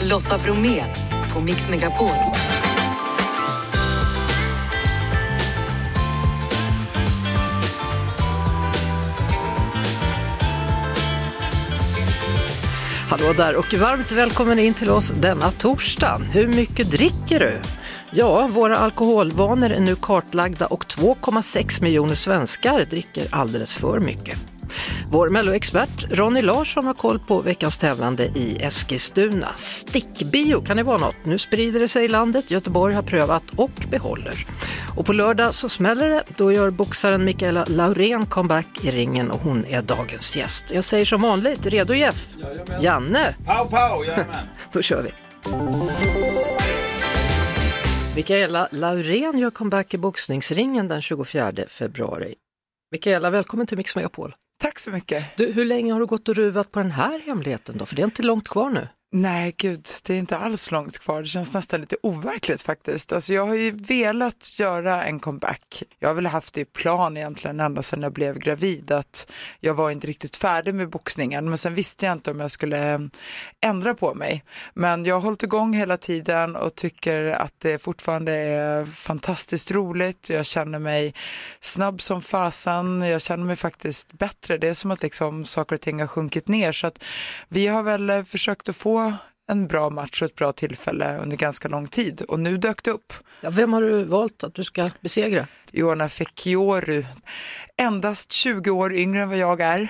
Lotta Bromé på Mix Megapol. Hallå där och varmt välkommen in till oss denna torsdag. Hur mycket dricker du? Ja, våra alkoholvanor är nu kartlagda och 2,6 miljoner svenskar dricker alldeles för mycket. Vår melloexpert Ronny Larsson har koll på veckans tävlande i Eskilstuna. Stickbio kan det vara något. Nu sprider det sig i landet. Göteborg har prövat och behåller. Och på lördag så smäller det. Då gör boxaren Mikaela Laurén comeback i ringen och hon är dagens gäst. Jag säger som vanligt, redo Jeff? Jajamän. Janne? Pow, jajamän. Då kör vi. Mikaela Laurén gör comeback i boxningsringen den 24 februari. Mikaela, välkommen till Mix Megapol. Tack så mycket. Du, hur länge har du gått och ruvat på den här hemligheten då? För det är inte långt kvar nu. Nej gud, det är inte alls långt kvar. Det känns nästan lite overkligt faktiskt. Alltså jag har ju velat göra en comeback. Jag har väl haft det i plan egentligen ända sedan jag blev gravid. Att jag var inte riktigt färdig med boxningen. Men sen visste jag inte om jag skulle ändra på mig. Men jag har hållit igång hela tiden och tycker att det fortfarande är fantastiskt roligt. Jag känner mig snabb som fasen. Jag känner mig faktiskt bättre. Det är som att liksom saker och ting har sjunkit ner. Så att vi har väl försökt att få en bra match och ett bra tillfälle under ganska lång tid. Och nu dök det upp. Ja, vem har du valt att du ska besegra? Joanna Fekioru. Endast 20 år yngre än vad jag är.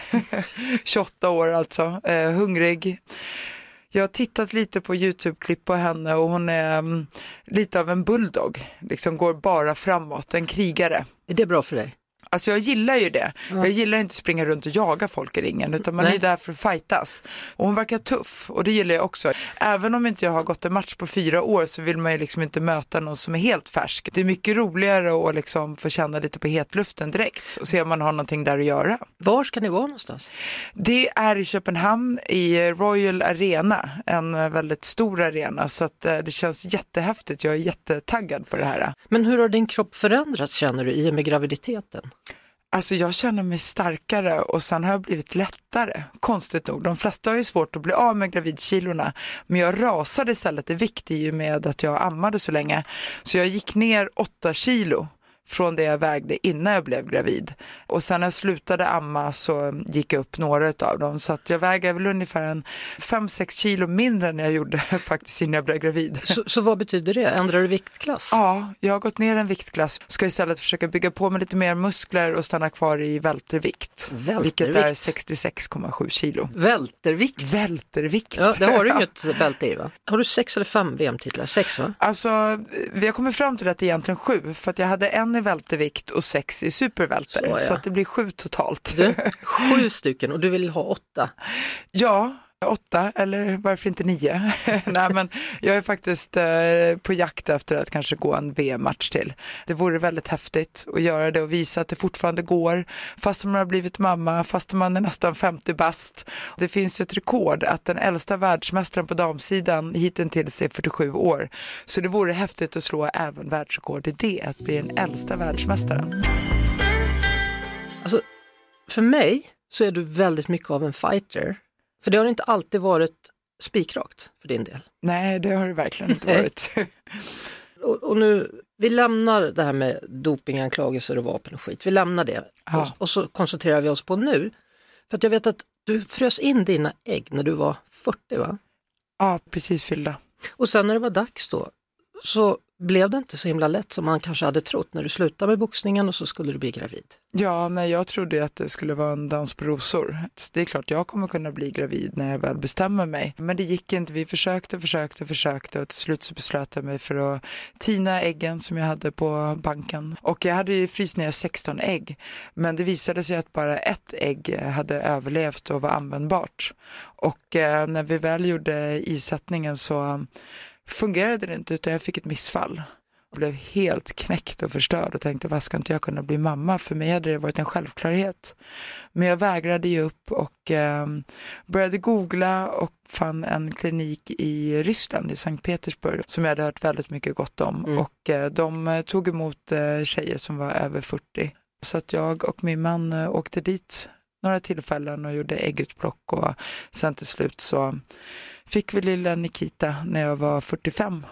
28 år alltså. Hungrig. Jag har tittat lite på YouTube-klipp på henne och hon är lite av en bulldog. Liksom går bara framåt. En krigare. Är det bra för dig? Alltså jag gillar ju det. Ja. Jag gillar inte att springa runt och jaga folk i ringen utan man är där för att fightas. Och hon verkar tuff och det gillar jag också. Även om inte jag har gått en match på 4 år så vill man ju liksom inte möta någon som är helt färsk. Det är mycket roligare att liksom få känna lite på hetluften direkt och se om man har någonting där att göra. Var ska ni vara någonstans? Det är i Köpenhamn i Royal Arena, en väldigt stor arena så att det känns jättehäftigt. Jag är jättetaggad på det här. Men hur har din kropp förändrats känner du i och med graviditeten? Alltså jag känner mig starkare och sen har jag blivit lättare. Konstigt nog. De flesta har ju svårt att bli av med gravidkilorna. Men jag rasade istället i vikt i och med att jag ammade så länge. Så jag gick ner 8 kilo från det jag vägde innan jag blev gravid. Och sen när jag slutade amma så gick jag upp några av dem. Så att jag väger väl ungefär 5-6 kilo mindre än jag gjorde faktiskt innan jag blev gravid. Så vad betyder det? Ändrar du viktklass? Ja, jag har gått ner en viktklass. Ska istället försöka bygga på med lite mer muskler och stanna kvar i vältervikt. Vilket är 66,7 kilo. Vältervikt? Vältervikt. Ja, det har du inget bälte i va? Har du 6 eller 5 VM-titlar? 6 va? Alltså, vi har kommit fram till att det är egentligen 7. För att jag hade en i vältervikt och 6 i supervälter. Så att det blir 7 totalt. Du, 7 stycken och du vill ha 8? Ja, 8 eller varför inte 9. Nej men jag är faktiskt på jakt efter att kanske gå en VM-match till. Det vore väldigt häftigt att göra det och visa att det fortfarande går fast man har blivit mamma, fast man är nästan 50 bast. Det finns ett rekord att den äldsta världsmästaren på damsidan hittills är 47 år. Så det vore häftigt att slå även världsrekord i det, att bli den äldsta världsmästaren. Alltså, för mig så är du väldigt mycket av en fighter. För det har inte alltid varit spikrakt för din del. Nej, det har det verkligen inte varit. och nu, vi lämnar det här med dopinganklagelser och vapen och skit. Vi lämnar det. Ja. Och så koncentrerar vi oss på nu. För att jag vet att du frös in dina ägg när du var 40 va? Ja, precis fyllda. Och sen när det var dags då så blev det inte så himla lätt som man kanske hade trott när du slutade med boxningen och så skulle du bli gravid. Ja, nej, jag trodde att det skulle vara en dans på rosor. Det är klart jag kommer kunna bli gravid när jag väl bestämmer mig. Men det gick inte. Vi försökte och till slut så beslöt jag mig för att tina äggen som jag hade på banken. Och jag hade ju fryst ner 16 ägg. Men det visade sig att bara ett ägg hade överlevt och var användbart. Och när vi väl gjorde isättningen så fungerade det inte utan jag fick ett missfall. Jag blev helt knäckt och förstörd och tänkte vad ska inte jag kunna bli mamma? För mig hade det varit en självklarhet. Men jag vägrade ge upp och började googla och fann en klinik i Ryssland, i Sankt Petersburg, som jag hade hört väldigt mycket gott om. Och de tog emot tjejer som var över 40. Så att jag och min man åkte dit några tillfällen och gjorde äggutplock och sen till slut så fick vi lilla Nikita när jag var 45.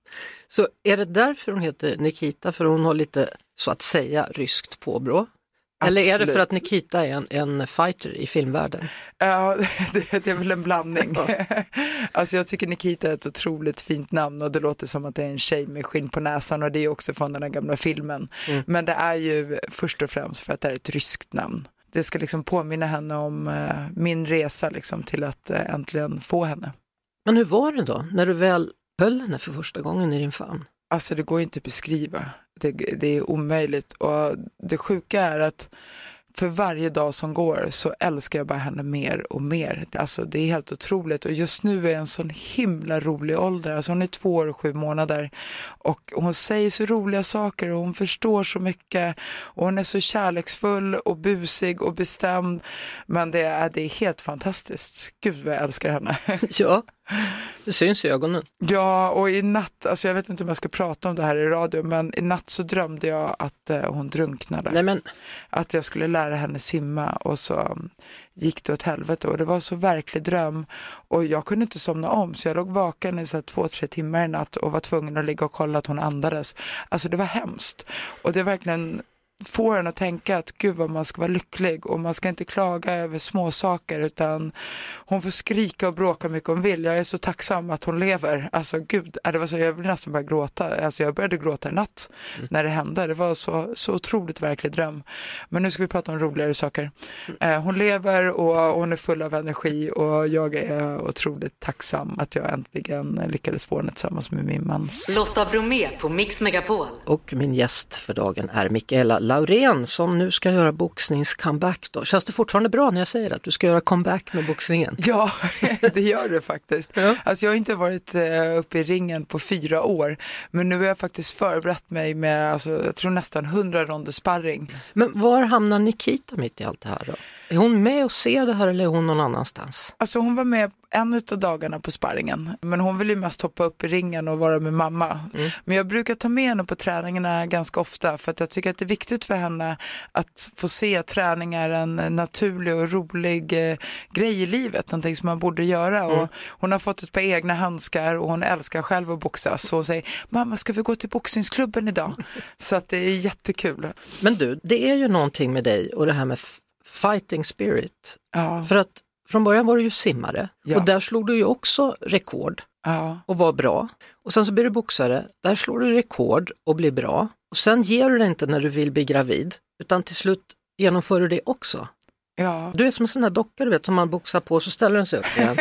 Så är det därför hon heter Nikita? För hon har lite, så att säga, ryskt påbrå? Eller är det för att Nikita är en fighter i filmvärlden? Ja, det är väl en blandning. Alltså jag tycker Nikita är ett otroligt fint namn och det låter som att det är en tjej med skinn på näsan och det är också från den här gamla filmen. Men det är ju först och främst för att det är ett ryskt namn. Det ska liksom påminna henne om min resa liksom till att äntligen få henne. Men hur var det då när du väl höll henne för första gången i din famn? Alltså det går inte att beskriva. Det är omöjligt. Och det sjuka är att för varje dag som går så älskar jag bara henne mer och mer. Alltså det är helt otroligt. Och just nu är en sån himla rolig ålder. Alltså hon är 2 år och 7 månader. Och hon säger så roliga saker och hon förstår så mycket. Och hon är så kärleksfull och busig och bestämd. Men det är helt fantastiskt. Gud vad jag älskar henne. Ja, det syns i ögonen. Ja, och i natt, alltså jag vet inte om jag ska prata om det här i radio, men i natt så drömde jag att hon drunknade. Nej, men... Att jag skulle lära henne simma och så gick det åt helvete och det var så verklig dröm och jag kunde inte somna om så jag låg vaken i 2-3 timmar i natt och var tvungen att ligga och kolla att hon andades. Alltså det var hemskt och det verkligen får en att tänka att gud vad man ska vara lycklig och man ska inte klaga över små saker utan hon får skrika och bråka mycket hon vill. Jag är så tacksam att hon lever. Alltså gud, det var så, jag vill nästan börja gråta. Alltså jag började gråta i natt när det hände. Det var så otroligt verklig dröm. Men nu ska vi prata om roligare saker. Hon lever och hon är full av energi och jag är otroligt tacksam att jag äntligen lyckades få henne tillsammans med min man. Lotta Bromé på Mix Megapol. Och min gäst för dagen är Mikaela Laurén som nu ska göra boxnings-comeback då. Känns det fortfarande bra när jag säger att du ska göra comeback med boxningen? Ja, det gör det faktiskt. Ja. Alltså jag har inte varit uppe i ringen på 4 år, men nu har jag faktiskt förberett mig med, alltså, jag tror nästan 100 ronder sparring. Men var hamnar Nikita mitt i allt det här då? Är hon med och ser det här eller är hon någon annanstans? Alltså hon var med en av dagarna på sparringen. Men hon vill ju mest hoppa upp i ringen och vara med mamma. Men jag brukar ta med henne på träningarna ganska ofta för att jag tycker att det är viktigt för henne att få se träningar en naturlig och rolig grej i livet. Någonting som man borde göra. Och hon har fått ett par egna handskar och hon älskar själv att boxas. Så hon säger, mamma ska vi gå till boxningsklubben idag? Så att det är jättekul. Men du, det är ju någonting med dig och det här med fighting spirit. Ja. För att från början var du ju simmare och där slog du ju också rekord och var bra. Och sen så blir du boxare, där slår du rekord och blir bra. Och sen ger du det inte när du vill bli gravid utan till slut genomför du det också. Ja. Du är som en sån här docka du vet som man boxar på så ställer den sig upp igen.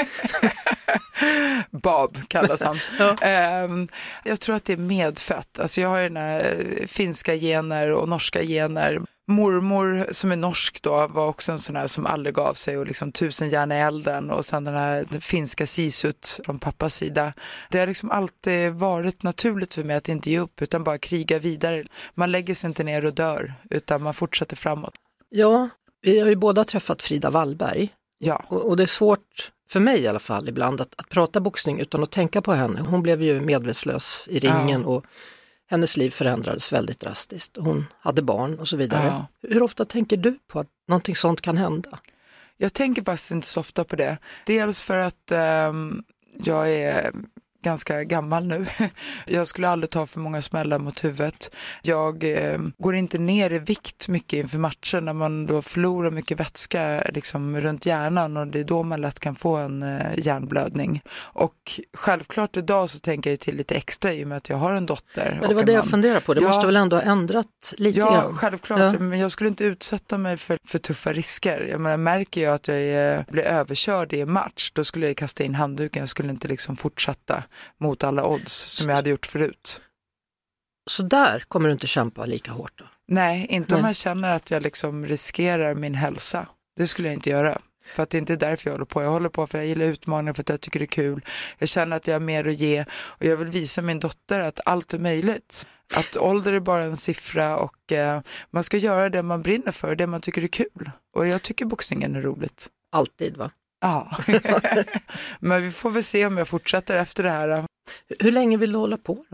Bob kallas han. Jag tror att det är medfött. Alltså jag har ju den här finska gener och norska gener. Mormor som är norsk då var också en sån här som aldrig gav sig och liksom 1000 järn i elden och sen den finska sisut från pappas sida. Det har liksom alltid varit naturligt för mig att inte ge upp utan bara kriga vidare. Man lägger sig inte ner och dör utan man fortsätter framåt. Ja, vi har ju båda träffat Frida Wallberg. Ja. Och det är svårt för mig i alla fall ibland att prata boxning utan att tänka på henne. Hon blev ju medvetslös i ringen och hennes liv förändrades väldigt drastiskt. Hon hade barn och så vidare. Ja. Hur ofta tänker du på att någonting sånt kan hända? Jag tänker faktiskt inte så ofta på det. Dels för att jag är ganska gammal nu. Jag skulle aldrig ta för många smällar mot huvudet. Jag går inte ner i vikt mycket inför matchen när man då förlorar mycket vätska liksom runt hjärnan och det är då man lätt kan få en hjärnblödning. Och självklart idag så tänker jag till lite extra i och med att jag har en dotter. Ja, det var det jag funderade på. Det måste väl ändå ha ändrat lite grann? Ja, självklart. Men jag skulle inte utsätta mig för tuffa risker. Jag menar, märker jag att jag blir överkörd i en match, då skulle jag kasta in handduken. Jag skulle inte liksom fortsätta mot alla odds som jag hade gjort förut. Så där kommer du inte kämpa lika hårt då? Nej, inte om jag känner att jag liksom riskerar min hälsa. Det skulle jag inte göra. För att det är inte därför jag håller på. Jag håller på för jag gillar utmaningar, för att jag tycker det är kul. Jag känner att jag har mer att ge och jag vill visa min dotter att allt är möjligt. Att ålder är bara en siffra och man ska göra det man brinner för, det man tycker är kul. Och jag tycker boxningen är roligt. Alltid va? Ja, men vi får väl se om jag fortsätter efter det här. Hur länge vill du hålla på då?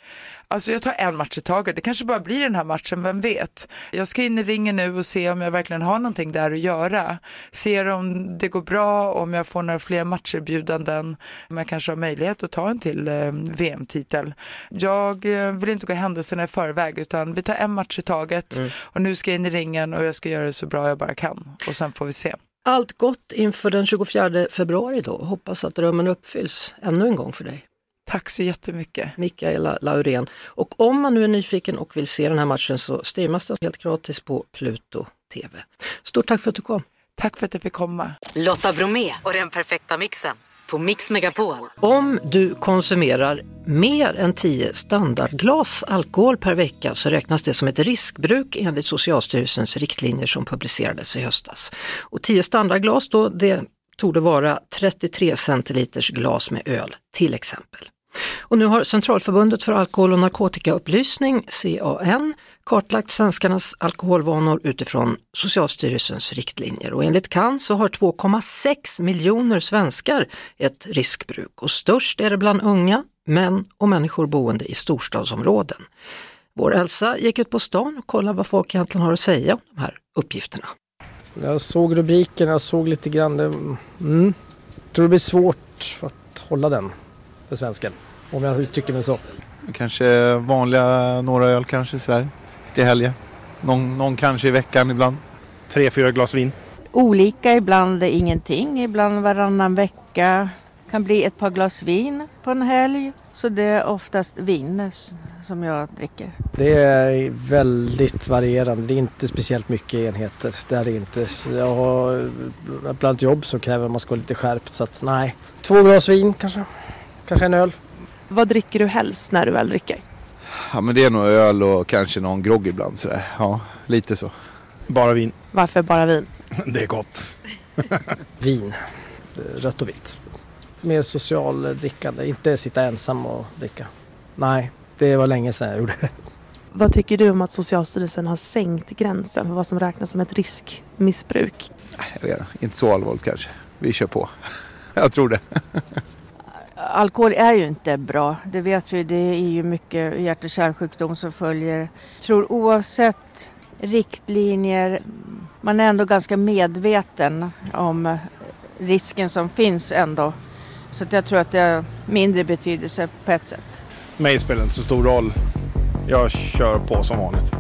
Alltså jag tar en match i taget. Det kanske bara blir den här matchen, vem vet. Jag ska in i ringen nu och se om jag verkligen har någonting där att göra. Se om det går bra, om jag får några fler matcherbjudanden. Om jag kanske har möjlighet att ta en till VM-titel. Jag vill inte gå händelserna i förväg, utan vi tar en match i taget. Och nu ska jag in i ringen och jag ska göra det så bra jag bara kan. Och sen får vi se. Allt gott inför den 24 februari då. Hoppas att drömmen uppfylls ännu en gång för dig. Tack så jättemycket. Mikaela Laurén. Och om man nu är nyfiken och vill se den här matchen så streamas den helt gratis på Pluto TV. Stort tack för att du kom. Tack för att jag fick komma. Lotta Bromé och den perfekta mixen på Mix Megapol. Om du konsumerar mer än 10 standardglas alkohol per vecka så räknas det som ett riskbruk enligt Socialstyrelsens riktlinjer som publicerades i höstas. Och 10 standardglas då, det torde vara 33 centiliters glas med öl till exempel. Och nu har Centralförbundet för alkohol- och narkotikaupplysning, CAN, kartlagt svenskarnas alkoholvanor utifrån Socialstyrelsens riktlinjer. Och enligt CAN så har 2,6 miljoner svenskar ett riskbruk. Och störst är det bland unga, män och människor boende i storstadsområden. Vår Elsa gick ut på stan och kollade vad folk egentligen har att säga om de här uppgifterna. Jag såg rubriken, jag såg lite grann. Jag tror det blir svårt att hålla den för svensken, om jag uttrycker mig så. Kanske vanliga några öl kanske sådär till helgen. Någon kanske i veckan ibland. 3-4 glas vin. Olika, ibland ingenting, ibland varannan vecka. Kan bli ett par glas vin på en helg. Så det är oftast vin som jag dricker. Det är väldigt varierande. Det är inte speciellt mycket enheter. Det är det inte. Jag har bland jobb så kräver man ska vara lite skärpt. Så att nej, 2 glas vin kanske. Kanske en öl. Vad dricker du helst när du väl dricker? Ja, men det är nog öl och kanske någon grogg ibland sådär. Ja, lite så. Bara vin. Varför bara vin? Det är gott. Vin. Rött och vitt. Mer social drickande. Inte sitta ensam och dricka. Nej, det var länge sedan jag gjorde det. Vad tycker du om att Socialstyrelsen har sänkt gränsen för vad som räknas som ett riskmissbruk? Jag vet inte så allvarligt kanske. Vi kör på. Jag tror det. Alkohol är ju inte bra, det vet vi. Det är ju mycket hjärt- och kärlsjukdom som följer. Jag tror oavsett riktlinjer, man är ändå ganska medveten om risken som finns ändå. Så jag tror att det har mindre betydelse på ett sätt. Mig spelar inte så stor roll. Jag kör på som vanligt.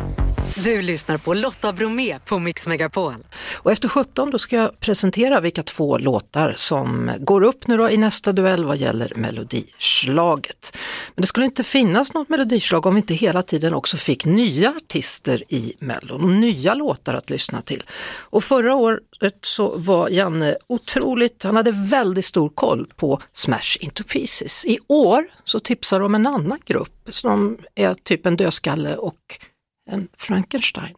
Du lyssnar på Lotta Bromé på Mix Megapol. Och efter 17 då ska jag presentera vilka 2 låtar som går upp nu då i nästa duell vad gäller melodislaget. Men det skulle inte finnas något melodislag om vi inte hela tiden också fick nya artister i Mellon och nya låtar att lyssna till. Och förra året så var Janne otroligt, han hade väldigt stor koll på Smash Into Pieces. I år så tipsar de om en annan grupp som är typ en dödskalle och en Frankenstein.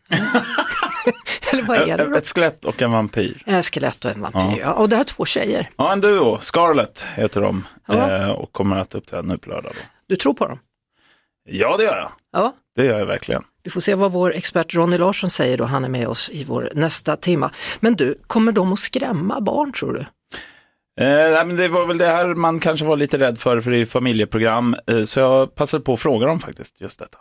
Eller vad är det då? Ett skelett och en vampyr. Ett skelett och en vampyr, ja. Och det här är 2 tjejer. Ja, en duo. Scarlett heter de. Ja. Och kommer att uppträda nu på lördag då. Du tror på dem? Ja, det gör jag. Ja. Det gör jag verkligen. Vi får se vad vår expert Ronny Larsson säger då. Han är med oss i vår nästa timma. Men du, kommer de att skrämma barn tror du? Nej, men det var väl det här man kanske var lite rädd för det är familjeprogram. Så jag passade på att fråga dem faktiskt just detta.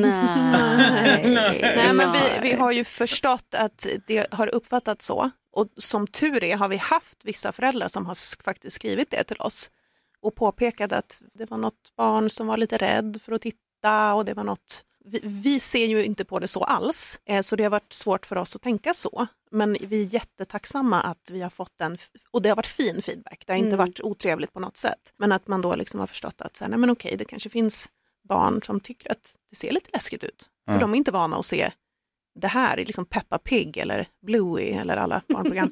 Nej, men vi har ju förstått att det har uppfattats så. Och som tur är har vi haft vissa föräldrar som har faktiskt skrivit det till oss. Och påpekat att det var något barn som var lite rädd för att titta. Och det var något... Vi ser ju inte på det så alls. Så det har varit svårt för oss att tänka så. Men vi är jättetacksamma att vi har fått den, och det har varit fin feedback. Det har inte varit otrevligt på något sätt. Men att man då liksom har förstått att nej men okej, det kanske finns barn som tycker att det ser lite läskigt ut. För de är inte vana att se det här i liksom Peppa Pig eller Bluey eller alla barnprogram.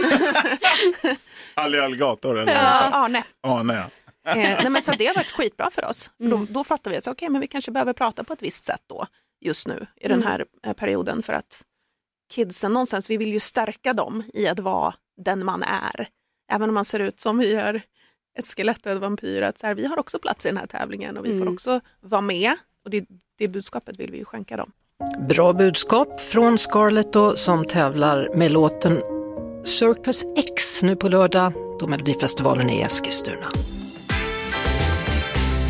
Alligator eller? Arne. Arne. Nej, men så det har varit skitbra för oss. För då fattar vi att okej, men vi kanske behöver prata på ett visst sätt då just nu i den här perioden för att kidsen någonstans, vi vill ju stärka dem i att vara den man är. Även om man ser ut som vi gör ett skelett och en vampyr. Att så här, vi har också plats i den här tävlingen och vi får också vara med. Och det budskapet vill vi ju skänka dem. Bra budskap från Scarlett då, som tävlar med låten Circus X nu på lördag då Melodifestivalen är i Eskilstuna.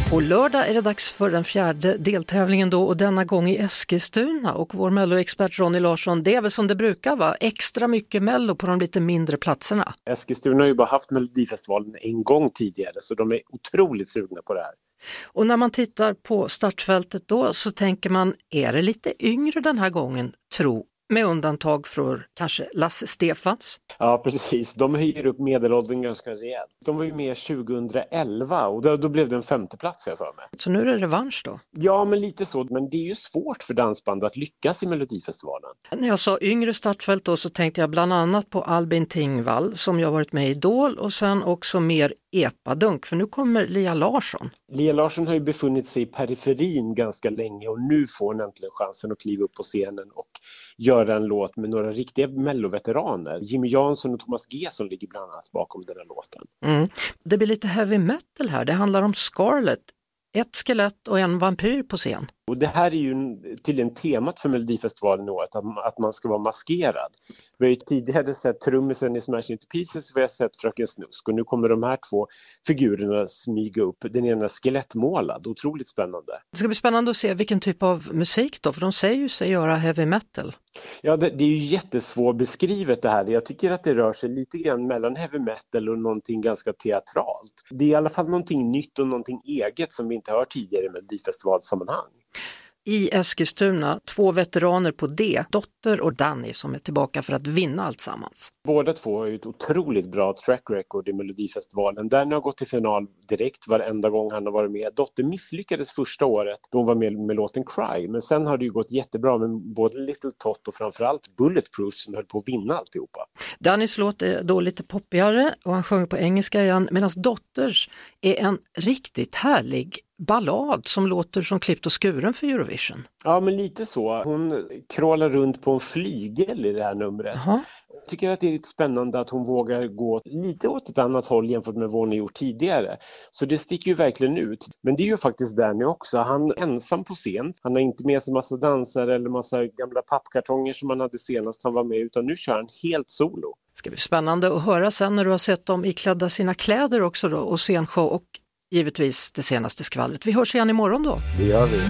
På lördag är det dags för den 4:e deltävlingen då och denna gång i Eskilstuna. Och vår Mello-expert Ronny Larsson, det är väl som det brukar vara, extra mycket Mello på de lite mindre platserna. Eskilstuna har ju bara haft Melodifestivalen en gång tidigare så de är otroligt sugna på det här. Och när man tittar på startfältet då så tänker man, är det lite yngre den här gången, tro? Med undantag för kanske Lasse Stefans. Ja, precis. De höjer upp medelåldern ganska rejält. De var ju med 2011 och då blev det en 5:e plats här för mig. Så nu är det revansch då? Ja, men lite så. Men det är ju svårt för dansband att lyckas i Melodifestivalen. När jag sa yngre startfält då så tänkte jag bland annat på Albin Tingvall som jag varit med i Idol och sen också mer epadunk, för nu kommer Lia Larsson. Lia Larsson har ju befunnit sig i periferin ganska länge och nu får hon äntligen chansen att kliva upp på scenen och göra en låt med några riktiga melloveteraner. Jimmy Jansson och Thomas G som ligger bland annat bakom den här låten. Det blir lite heavy metal här. Det handlar om Scarlett, ett skelett och en vampyr på scen. Och det här är ju tydligen temat för Melodifestivalen i år, att man ska vara maskerad. Vi har ju tidigare sett trummisen i Smash Into Pieces och vi har sett Fröken Snusk. Och nu kommer de här två figurerna smyga upp. Den ena skelettmålad, otroligt spännande. Det ska bli spännande att se vilken typ av musik då, för de säger ju sig göra heavy metal. Ja, det är ju jättesvårt beskrivet det här. Jag tycker att det rör sig lite grann mellan heavy metal och någonting ganska teatralt. Det är i alla fall någonting nytt och någonting eget som vi inte hört tidigare i Melodifestivalsammanhang. I Eskilstuna, 2 veteraner på D, Dotter och Danny som är tillbaka för att vinna allt sammans. Båda två har ju ett otroligt bra track record i Melodifestivalen. Danny har gått till final direkt varenda gång han har varit med. Dotter misslyckades första året då hon var med låten Cry. Men sen har det ju gått jättebra med både Little Tot och framförallt Bulletproof som höll på att vinna alltihopa. Dannys låt är då lite poppigare och han sjunger på engelska igen, medan Dotters är en riktigt härlig ballad som låter som klippt och skuren för Eurovision. Ja, men lite så. Hon krålar runt på en flygel i det här numret. Aha. Jag tycker att det är lite spännande att hon vågar gå lite åt ett annat håll jämfört med vad hon har gjort tidigare. Så det sticker ju verkligen ut. Men det är ju faktiskt Danny också. Han är ensam på scen. Han har inte med sig massa dansare eller massa gamla pappkartonger som han hade senast han var med, utan nu kör han helt solo. Det ska bli spännande att höra sen när du har sett dem iklädda sina kläder också då, och scenshow och givetvis det senaste skvallret. Vi hörs igen imorgon då. Det gör vi.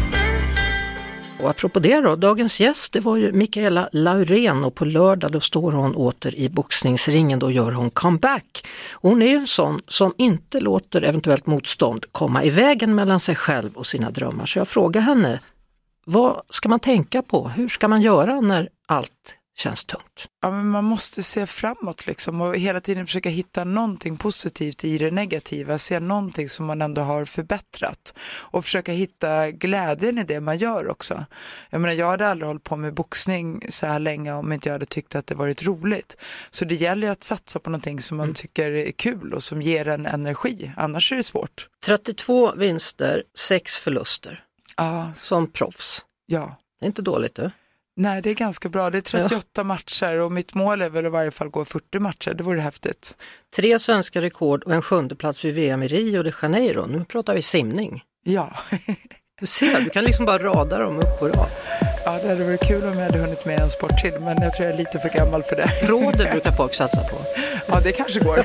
Och apropå det då, dagens gäst det var ju Mikaela Laurén och på lördag då står hon åter i boxningsringen, då gör hon comeback. Hon är en sån som inte låter eventuellt motstånd komma i vägen mellan sig själv och sina drömmar. Så jag frågar henne, vad ska man tänka på? Hur ska man göra när allt känns tungt? Ja, men man måste se framåt liksom och hela tiden försöka hitta någonting positivt i det negativa, se någonting som man ändå har förbättrat och försöka hitta glädjen i det man gör också. Jag menar, jag hade aldrig hållit på med boxning så här länge om inte jag hade tyckt att det varit roligt. Så det gäller ju att satsa på någonting som man tycker är kul och som ger en energi, annars är det svårt. 32 vinster, 6 förluster. Ja. Som proffs. Ja. Det är inte dåligt du. Nej, det är ganska bra. Det är 38 matcher och mitt mål är väl i varje fall gå 40 matcher. Det vore häftigt. 3 svenska rekord och en 7:e plats vid VM i Rio de Janeiro. Nu pratar vi simning. Ja. Du ser, du kan liksom bara rada dem upp och rad. Ja, det hade varit kul om jag hade hunnit med en sport till, men jag tror jag är lite för gammal för det. Råder brukar folk satsa på. Ja, det kanske går.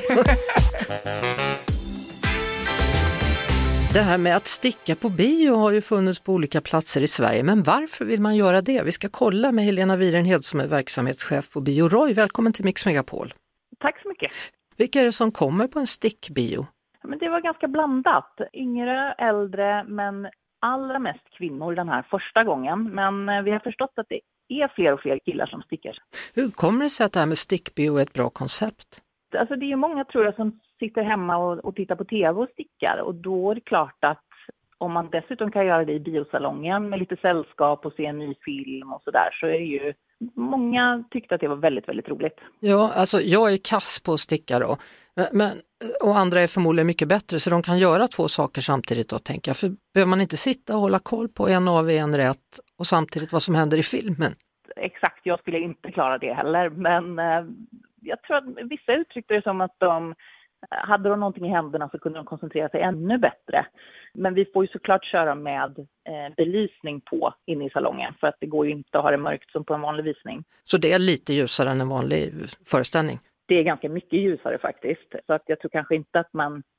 Det här med att sticka på bio har ju funnits på olika platser i Sverige, men varför vill man göra det? Vi ska kolla med Helena Wierenhed som är verksamhetschef på Bio Roy. Välkommen till Mix Megapol. Tack så mycket. Vilka är det som kommer på en stickbio? Men det var ganska blandat. Yngre, äldre, men allra mest kvinnor den här första gången. Men vi har förstått att det är fler och fler killar som stickar. Hur kommer det sig att det här med stickbio är ett bra koncept? Alltså det är ju många, tror jag, som sitter hemma och tittar på tv och stickar. Och då är det klart att om man dessutom kan göra det i biosalongen med lite sällskap och se en ny film och sådär, så är det ju, många tyckte att det var väldigt, väldigt roligt. Ja, alltså jag är kass på att sticka då. Men, och andra är förmodligen mycket bättre, så de kan göra 2 saker samtidigt då, tänker jag. För behöver man inte sitta och hålla koll på en av en rätt och samtidigt vad som händer i filmen? Exakt, jag skulle inte klara det heller, men jag tror att vissa uttryckte det som att hade de någonting i händerna så kunde de koncentrera sig ännu bättre. Men vi får ju såklart köra med belysning på inne i salongen, för att det går ju inte att ha det mörkt som på en vanlig visning. Så det är lite ljusare än en vanlig föreställning? Det är ganska mycket ljusare faktiskt. Så att jag tror kanske inte att man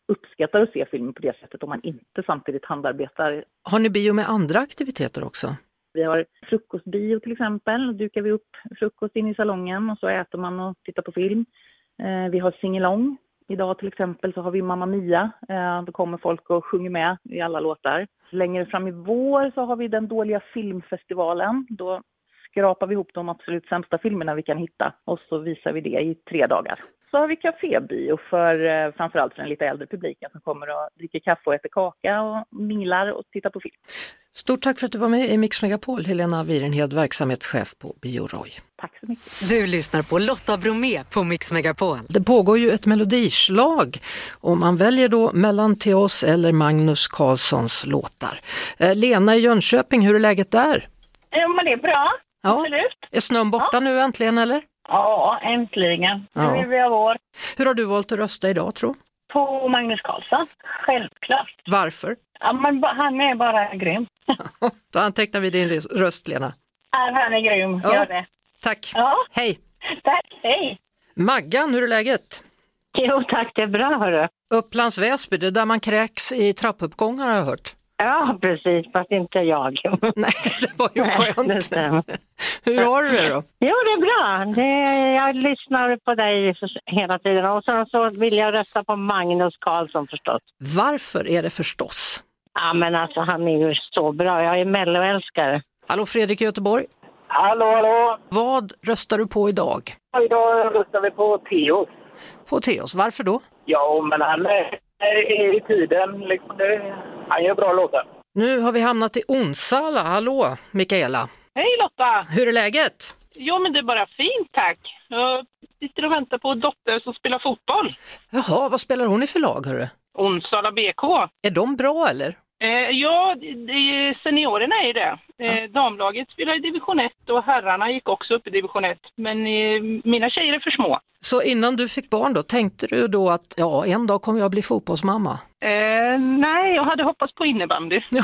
uppskattar att se film på det sättet om man inte samtidigt handarbetar. Har ni bio med andra aktiviteter också? Vi har frukostbio till exempel. Då dukar vi upp frukost in i salongen och så äter man och tittar på film. Vi har singalong. Idag till exempel så har vi Mamma Mia. Då kommer folk och sjunger med i alla låtar. Längre fram i vår så har vi den dåliga filmfestivalen. Då skrapar vi ihop de absolut sämsta filmerna vi kan hitta och så visar vi det i 3 dagar. Så har vi kafébio för framförallt för den lite äldre publiken som kommer och dricker kaffe och äter kaka och minglar och tittar på film. Stort tack för att du var med i Mix Megapol, Helena Wirenhed, verksamhetschef på BioRoy. Tack så mycket. Du lyssnar på Lotta Bromé på Mix Megapol. Det pågår ju ett melodislag och man väljer då mellan Theos eller Magnus Carlssons låtar. Lena i Jönköping, hur är läget där? Ja, men det är bra. Ja. Absolut. Är snön borta nu äntligen eller? Ja, äntligen. Nu är vi av år. Hur har du valt att rösta idag, tror? På Magnus Carlsson, självklart. Varför? Ja, men han är bara grym. Då antecknar vi din röst, Lena. Ja, han är grym, gör det. Tack. Ja. Hej. Tack, hej. Maggan, hur är läget? Jo tack, det är bra hörru. Upplands Väsby, det är där man kräks i trappuppgångar har jag hört. Ja, precis, fast inte jag. Nej, det var ju skönt. Hur har du det då? Jo, det är bra. Jag lyssnar på dig hela tiden och sen så vill jag rösta på Magnus Carlsson förstås. Varför är det förstås? Ja, men alltså han är ju så bra. Jag är melloälskare. Hallå Fredrik i Göteborg. Hallå. Vad röstar du på idag? Idag röstar vi på Theos. På Theos, varför då? Ja, men han är i tiden. Liksom han gör bra låtar. Nu har vi hamnat i Onsala. Hallå, Mikaela. Hej Lotta! Hur är läget? Jo, men det är bara fint, tack. Jag sitter och väntar på dotter som spelar fotboll. Jaha, vad spelar hon i för lag, hörru? Onsala BK. Är de bra, eller? Ja, seniorerna är det. Damlaget spelar i division 1 och herrarna gick också upp i division 1. Men mina tjejer är för små. Så innan du fick barn då, tänkte du då att ja, en dag kommer jag bli fotbollsmamma? Nej, jag hade hoppats på innebandy. Ja,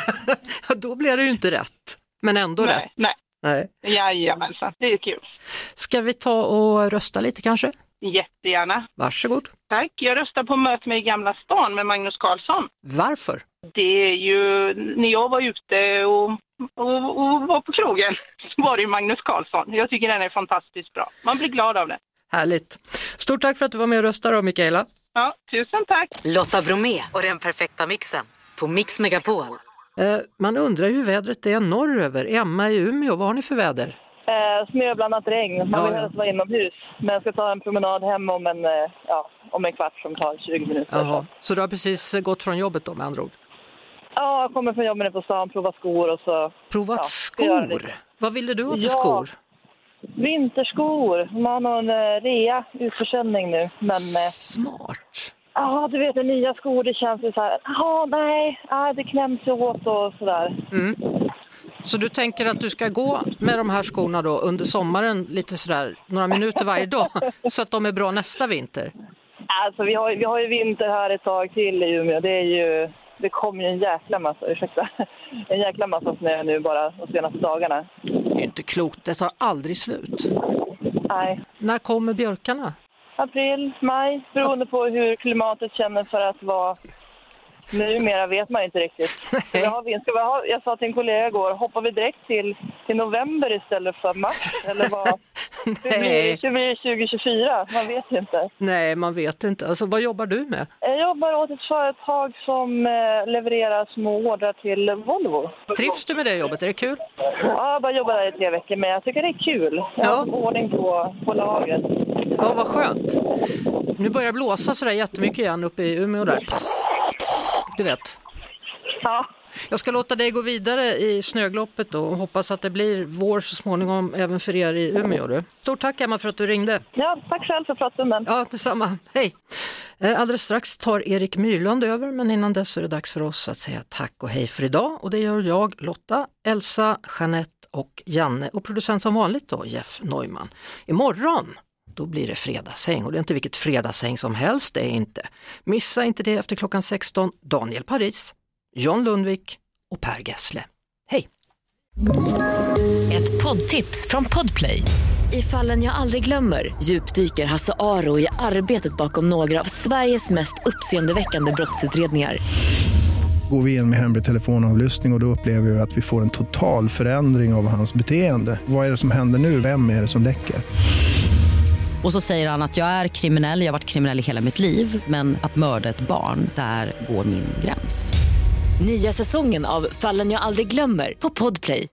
då blev det ju inte rätt. Men ändå rätt. Nej. Jajamensan, det är kul. Ska vi ta och rösta lite kanske? Jättegärna. Varsågod. Tack, jag röstar på Möt mig i Gamla stan med Magnus Carlsson. Varför? Det är ju, när jag var ute och var på krogen så var det ju Magnus Carlsson. Jag tycker den är fantastiskt bra. Man blir glad av det. Härligt. Stort tack för att du var med och röstade då, Mikaela. Ja, tusen tack. Lotta Bromé och den perfekta mixen på Mix Megapol. Man undrar ju hur vädret är norröver. Emma i Umeå, vad har ni för väder? Snöblandat regn. Man vill helst vara inomhus. Men jag ska ta en promenad hem om en kvart som tar 20 minuter. Jaha. Så du har precis gått från jobbet då med andra ord? Ja, jag kommer från jobbet på stan, prova skor och så... Provat skor? Vad ville du ha för skor? Vinterskor. Man har någon rea utförsäljning nu. Men, smart. Ja, du vet, den nya skor, det känns ju så här... det kläms ju åt och sådär. Mm. Så du tänker att du ska gå med de här skorna då under sommaren lite sådär några minuter varje dag så att de är bra nästa vinter? Alltså vi har ju vinter här ett tag till i Umeå. Det kommer ju en jäkla massa snö nu bara de senaste dagarna. Det är inte klokt, det tar aldrig slut. Nej. När kommer björkarna? April, maj, beroende på hur klimatet känner för att vara... Numera vet man inte riktigt. Jag sa till en kollega igår, hoppar vi direkt till november istället för mars? Eller vad? Det blir 2024, man vet inte. Nej, man vet inte. Alltså, vad jobbar du med? Jag jobbar åt ett företag som levererar små ordrar till Volvo. Trivs du med det jobbet? Är det kul? Ja, jag bara jobbar där i 3 veckor, men jag tycker det är kul. Jag har ordning på lagret. Ja, vad skönt. Nu börjar blåsa sådär jättemycket igen uppe i Umeå där. Du vet. Ja. Jag ska låta dig gå vidare i snögloppet och hoppas att det blir vår så småningom även för er i Umeå. Du. Stort tack Emma för att du ringde. Ja, tack själv för pratstunden. Ja, detsamma. Hej. Alldeles strax tar Erik Myrlund över, men innan dess är det dags för oss att säga tack och hej för idag. Och det gör jag, Lotta, Elsa, Jeanette och Janne och producent som vanligt då, Jeff Neumann. Imorgon då blir det fredagshäng och det är inte vilket fredagshäng som helst, det är inte. Missa inte det efter klockan 16. Daniel Paris, John Lundvik och Per Gessle. Hej! Ett poddtips från Podplay. I Fallen jag aldrig glömmer djupdyker Hasse Aro i arbetet bakom några av Sveriges mest uppseendeväckande brottsutredningar. Går vi in med hemlig telefonavlyssning och då upplever vi att vi får en total förändring av hans beteende. Vad är det som händer nu? Vem är det som läcker? Och så säger han att jag är kriminell, jag har varit kriminell i hela mitt liv. Men att mörda ett barn, där går min gräns. Nya säsongen av Fallen jag aldrig glömmer på Podplay.